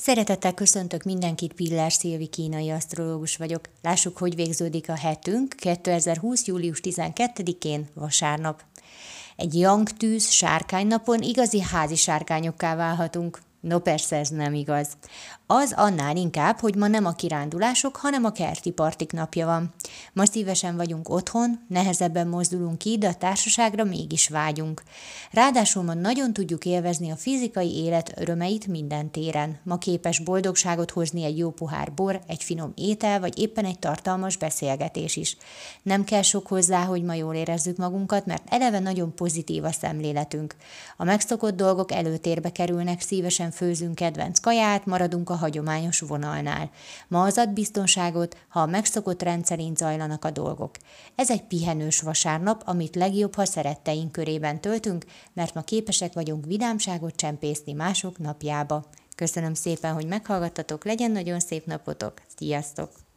Szeretettel köszöntök mindenkit, Pillár Szilvi kínai asztrológus vagyok. Lássuk, hogy végződik a hetünk 2020. július 12-én, vasárnap. Egy yang tűz sárkánynapon igazi házi sárkányokká válhatunk. No persze ez nem igaz. Az annál inkább, hogy ma nem a kirándulások, hanem a kerti partik napja van. Ma szívesen vagyunk otthon, nehezebben mozdulunk ki, de a társaságra mégis vágyunk. Ráadásul ma nagyon tudjuk élvezni a fizikai élet örömeit minden téren. Ma képes boldogságot hozni egy jó pohár bor, egy finom étel, vagy éppen egy tartalmas beszélgetés is. Nem kell sok hozzá, hogy ma jól érezzük magunkat, mert eleve nagyon pozitív a szemléletünk. A megszokott dolgok előtérbe kerülnek, szívesen főzünk kedvenc kaját, maradunk a hagyományos vonalnál. Ma az ad biztonságot, ha a megszokott rendszerint zajlanak a dolgok. Ez egy pihenős vasárnap, amit legjobb, ha szeretteink körében töltünk, mert ma képesek vagyunk vidámságot csempészni mások napjába. Köszönöm szépen, hogy meghallgattatok, legyen nagyon szép napotok, sziasztok!